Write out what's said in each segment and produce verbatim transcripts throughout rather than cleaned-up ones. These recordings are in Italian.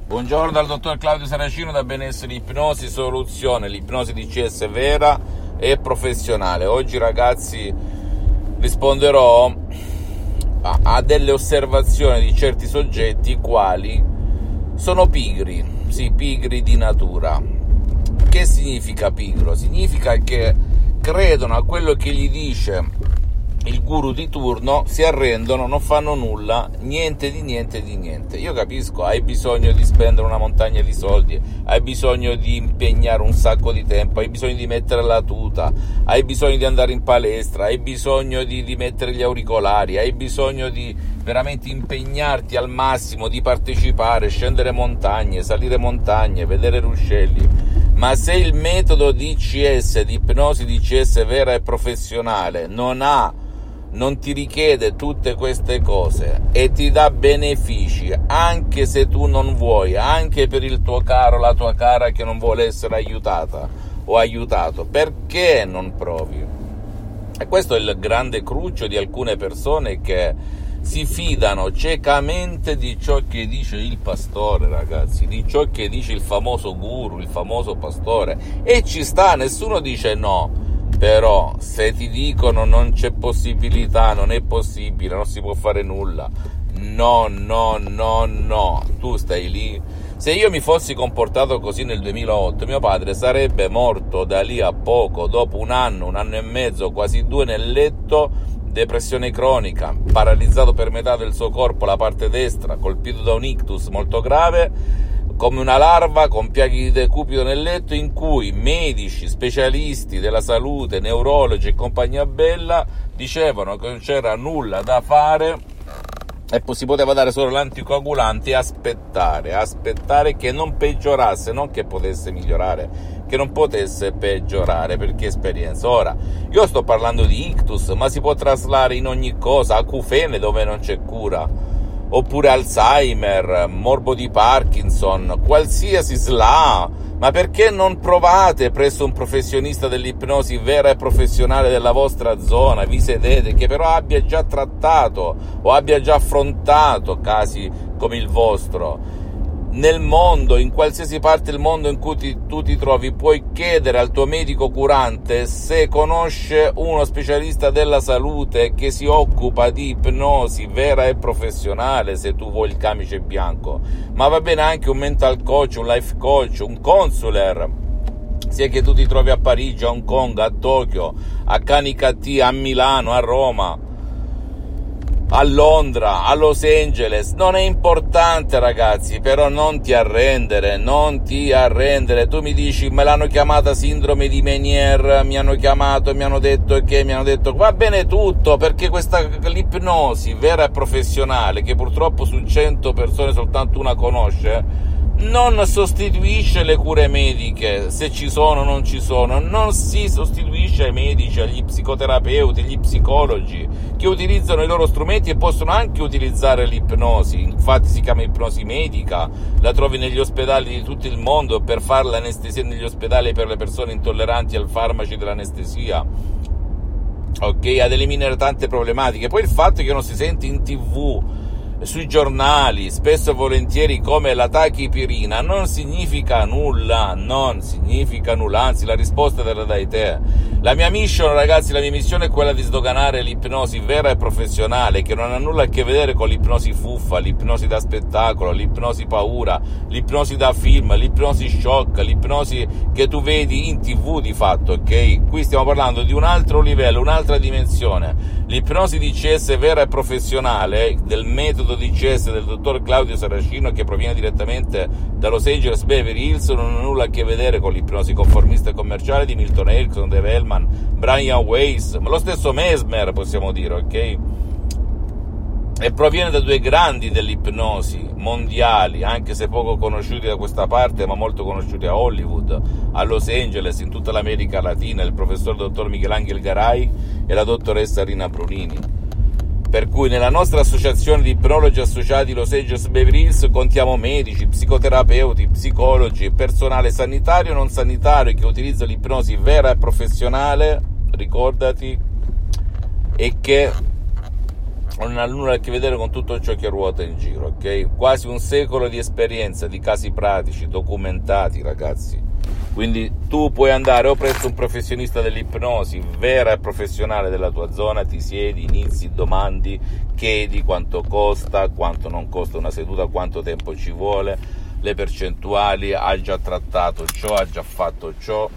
Buongiorno dal dottor Claudio Saracino da Benessere Ipnosi Soluzione, l'ipnosi D C S vera e professionale. Oggi ragazzi risponderò a, a delle osservazioni di certi soggetti i quali sono pigri, sì, pigri di natura. Che significa pigro? Significa che credono a quello che gli dice il guru di turno, si arrendono, non fanno nulla, niente di niente di niente. Io capisco, hai bisogno di spendere una montagna di soldi, hai bisogno di impegnare un sacco di tempo, hai bisogno di mettere la tuta, hai bisogno di andare in palestra, hai bisogno di, di mettere gli auricolari, hai bisogno di veramente impegnarti al massimo, di partecipare, scendere montagne, salire montagne, vedere ruscelli. Ma se il metodo D C S, di ipnosi D C S vera e professionale, non ha non ti richiede tutte queste cose e ti dà benefici anche se tu non vuoi, anche per il tuo caro, la tua cara che non vuole essere aiutata o aiutato, perché non provi? E questo è il grande cruccio di alcune persone che si fidano ciecamente di ciò che dice il pastore, ragazzi, di ciò che dice il famoso guru, il famoso pastore, e ci sta, nessuno dice no. Però se ti dicono non c'è possibilità, non è possibile, non si può fare nulla, no, no, no, no, tu stai lì. Se io mi fossi comportato così nel duemilaotto, mio padre sarebbe morto da lì a poco, dopo un anno, un anno e mezzo, quasi due nel letto, depressione cronica, paralizzato per metà del suo corpo, la parte destra, colpito da un ictus molto grave, come una larva con piaghe di decubito nel letto, in cui medici, specialisti della salute, neurologi e compagnia bella dicevano che non c'era nulla da fare e si poteva dare solo l'anticoagulante e aspettare, aspettare che non peggiorasse, non che potesse migliorare, che non potesse peggiorare, perché esperienza. Ora, io sto parlando di ictus, ma si può traslare in ogni cosa, acufene dove non c'è cura, oppure Alzheimer, morbo di Parkinson, qualsiasi S L A. Ma perché non provate presso un professionista dell'ipnosi vera e professionale della vostra zona, vi sedete, che però abbia già trattato o abbia già affrontato casi come il vostro? Nel mondo, in qualsiasi parte del mondo in cui ti, tu ti trovi, puoi chiedere al tuo medico curante se conosce uno specialista della salute che si occupa di ipnosi vera e professionale, se tu vuoi il camice bianco. Ma va bene anche un mental coach, un life coach, un counselor, sia che tu ti trovi a Parigi, a Hong Kong, a Tokyo, a Canicattì, a Milano, a Roma, a Londra, a Los Angeles. Non è importante, ragazzi, però non ti arrendere, non ti arrendere. Tu mi dici, me l'hanno chiamata sindrome di Meniere, mi hanno chiamato, mi hanno detto che, mi hanno detto, va bene tutto, perché questa, l'ipnosi vera e professionale, che purtroppo su cento persone soltanto una conosce, non sostituisce le cure mediche, se ci sono o non ci sono, non si sostituisce ai medici, agli psicoterapeuti, agli psicologi, che utilizzano i loro strumenti e possono anche utilizzare l'ipnosi. Infatti si chiama ipnosi medica, la trovi negli ospedali di tutto il mondo per fare l'anestesia negli ospedali per le persone intolleranti ai farmaci dell'anestesia, ok? Ad eliminare tante problematiche. Poi il fatto che non si sente in tv, sui giornali, spesso e volentieri, come la tachipirina, non significa nulla, non significa nulla, anzi la risposta te la dai te. La mia mission, ragazzi, la mia missione è quella di sdoganare l'ipnosi vera e professionale, che non ha nulla a che vedere con l'ipnosi fuffa, l'ipnosi da spettacolo, l'ipnosi paura, l'ipnosi da film, l'ipnosi shock, l'ipnosi che tu vedi in tv di fatto, ok? Qui stiamo parlando di un altro livello, un'altra dimensione. L'ipnosi D C S vera e professionale, del metodo D C S del dottor Claudio Saracino, che proviene direttamente da Los Angeles Beverly Hills, non ha nulla a che vedere con l'ipnosi conformista e commerciale di Milton Erickson, Dave Hellman, Brian Weiss, ma lo stesso Mesmer, possiamo dire, ok? E proviene da due grandi dell'ipnosi mondiali, anche se poco conosciuti da questa parte, ma molto conosciuti a Hollywood, a Los Angeles, in tutta l'America Latina, il professor dottor Michelangelo Garai e la dottoressa Rina Brunini. Per cui nella nostra associazione di ipnologi associati Los Angeles Beverly Hills contiamo medici, psicoterapeuti, psicologi, personale sanitario e non sanitario che utilizza l'ipnosi vera e professionale, ricordati, e che non ha nulla a che vedere con tutto ciò che ruota in giro, ok? Quasi un secolo di esperienza, di casi pratici, documentati, ragazzi. Quindi tu puoi andare o presso un professionista dell'ipnosi vera e professionale della tua zona, ti siedi, inizi, domandi, chiedi quanto costa, quanto non costa una seduta, quanto tempo ci vuole, le percentuali, ha già trattato ciò, ha già fatto ciò,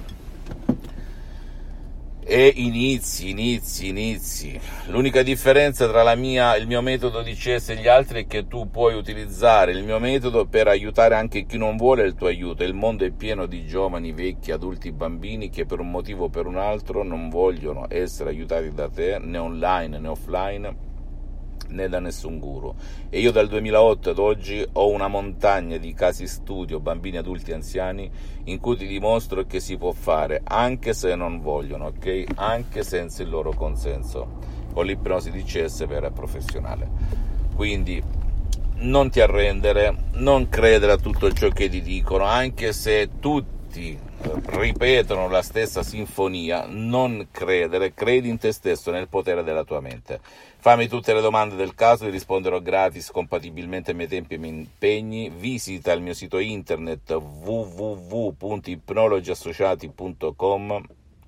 e inizi, inizi, inizi. L'unica differenza tra la mia, il mio metodo di C S e gli altri è che tu puoi utilizzare il mio metodo per aiutare anche chi non vuole il tuo aiuto. Il mondo è pieno di giovani, vecchi, adulti, bambini che per un motivo o per un altro non vogliono essere aiutati da te, né online né offline, né da nessun guru. E io dal duemilaotto ad oggi ho una montagna di casi studio, bambini, adulti, anziani, in cui ti dimostro che si può fare anche se non vogliono, ok? Anche senza il loro consenso, con l'ipnosi di C S vera e professionale. Quindi non ti arrendere, non credere a tutto ciò che ti dicono, anche se tutti ripetono la stessa sinfonia, non credere, credi in te stesso, nel potere della tua mente. Fammi tutte le domande del caso, ti risponderò gratis, compatibilmente ai miei tempi e ai miei impegni. Visita il mio sito internet w w w punto ipnologi associati punto com.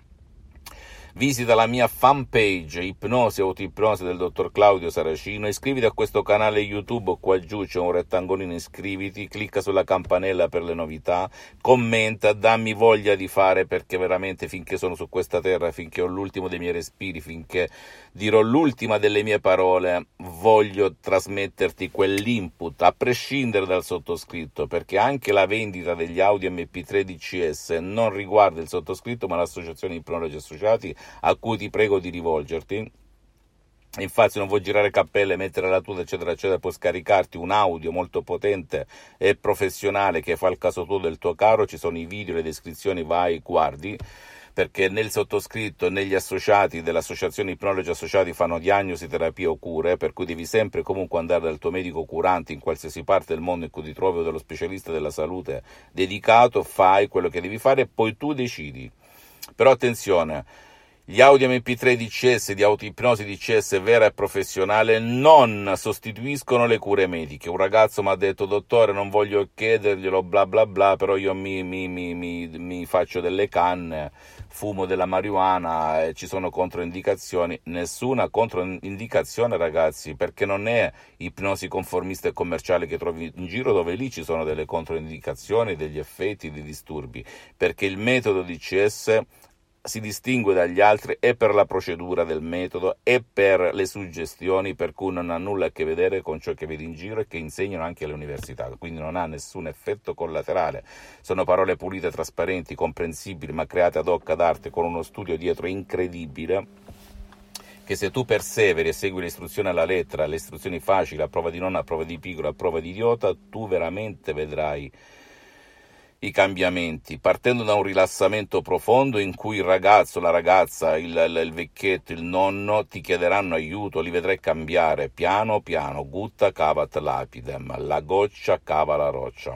Visita la mia fanpage Ipnosi e Autoipnosi del dottor Claudio Saracino, iscriviti a questo canale YouTube, qua giù c'è un rettangolino iscriviti, clicca sulla campanella per le novità, commenta, dammi voglia di fare, perché veramente finché sono su questa terra, finché ho l'ultimo dei miei respiri, finché dirò l'ultima delle mie parole, voglio trasmetterti quell'input, a prescindere dal sottoscritto, perché anche la vendita degli audio M P tre D C S non riguarda il sottoscritto ma l'associazione Ipnologi Associati, a cui ti prego di rivolgerti. Infatti non vuoi girare cappelle, mettere la tuta eccetera eccetera, puoi scaricarti un audio molto potente e professionale che fa il caso tuo, del tuo caro, ci sono i video, le descrizioni, vai, guardi, perché nel sottoscritto e negli associati dell'associazione Ipnologi Associati fanno diagnosi, terapie o cure, per cui devi sempre comunque andare dal tuo medico curante in qualsiasi parte del mondo in cui ti trovi o dallo specialista della salute dedicato, fai quello che devi fare e poi tu decidi. Però attenzione, gli audio M P tre D C S, di autoipnosi D C S vera e professionale, non sostituiscono le cure mediche. Un ragazzo mi ha detto: dottore, non voglio chiederglielo bla bla bla, però io mi, mi, mi, mi, mi faccio delle canne, fumo della marijuana e ci sono controindicazioni. Nessuna controindicazione, ragazzi, perché non è ipnosi conformista e commerciale che trovi in giro, dove lì ci sono delle controindicazioni, degli effetti, dei disturbi, perché il metodo D C S si distingue dagli altri e per la procedura del metodo e per le suggestioni, per cui non ha nulla a che vedere con ciò che vedi in giro e che insegnano anche alle università, quindi non ha nessun effetto collaterale. Sono parole pulite, trasparenti, comprensibili, ma create ad hoc, ad arte, con uno studio dietro incredibile, che se tu perseveri e segui le istruzioni alla lettera, le istruzioni facili, a prova di nonna, a prova di pigro, a prova di idiota, tu veramente vedrai i cambiamenti, partendo da un rilassamento profondo in cui il ragazzo, la ragazza, il, il, il vecchietto, il nonno ti chiederanno aiuto, li vedrai cambiare piano piano, gutta cavat lapidem, la goccia cava la roccia.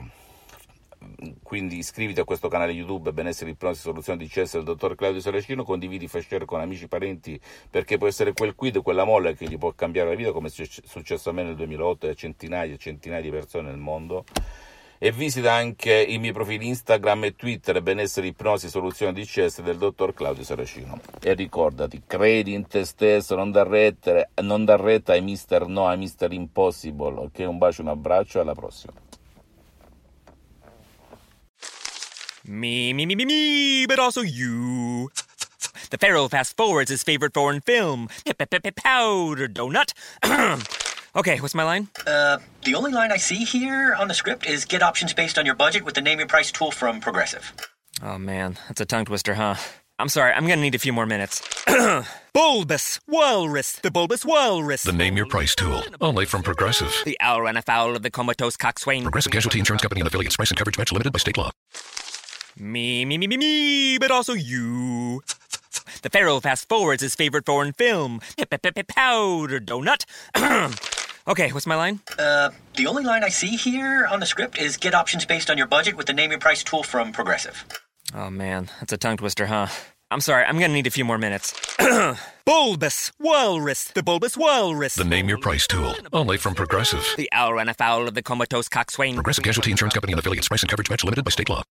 Quindi iscriviti a questo canale YouTube Benessere, Ipnosi, Soluzione D C S del dottor Claudio Saracino, condividi, fai share con amici, parenti, perché può essere quel quid, quella molla che gli può cambiare la vita, come è successo a me nel duemilaotto e a centinaia e centinaia di persone nel mondo. E visita anche i miei profili Instagram e Twitter, Benessere, Ipnosi, Soluzione D C S del dottor Claudio Saracino. E ricordati, credi in te stesso, non dar retta, non dar retta ai mister No, ai mister Impossible. Ok, un bacio, un abbraccio, alla prossima. Me, me, me, me, me, but also you. The Pharaoh fast forwards his favorite foreign film, Powder Donut. Okay, what's my line? Uh, the only line I see here on the script is get options based on your budget with the Name Your Price tool from Progressive. Oh man, that's a tongue twister, huh? I'm sorry, I'm gonna need a few more minutes. Bulbous Walrus, the Bulbous Walrus. The Name Your Price tool, only from Progressive. The owl ran afoul of the comatose coxswain. Progressive Casualty Insurance Company and affiliates. Price and coverage match limited by state law. Me, me, me, me, me, but also you. The Pharaoh fast forwards his favorite foreign film, Powder Donut. Okay, what's my line? Uh, the only line I see here on the script is get options based on your budget with the Name Your Price tool from Progressive. Oh man, that's a tongue twister, huh? I'm sorry, I'm gonna need a few more minutes. Bulbous Walrus, the Bulbous Walrus. The Name Your Price tool, only from Progressive. The owl ran afoul of the comatose coxswain. Progressive Casualty Insurance Company and affiliates. Price and coverage match limited by state law.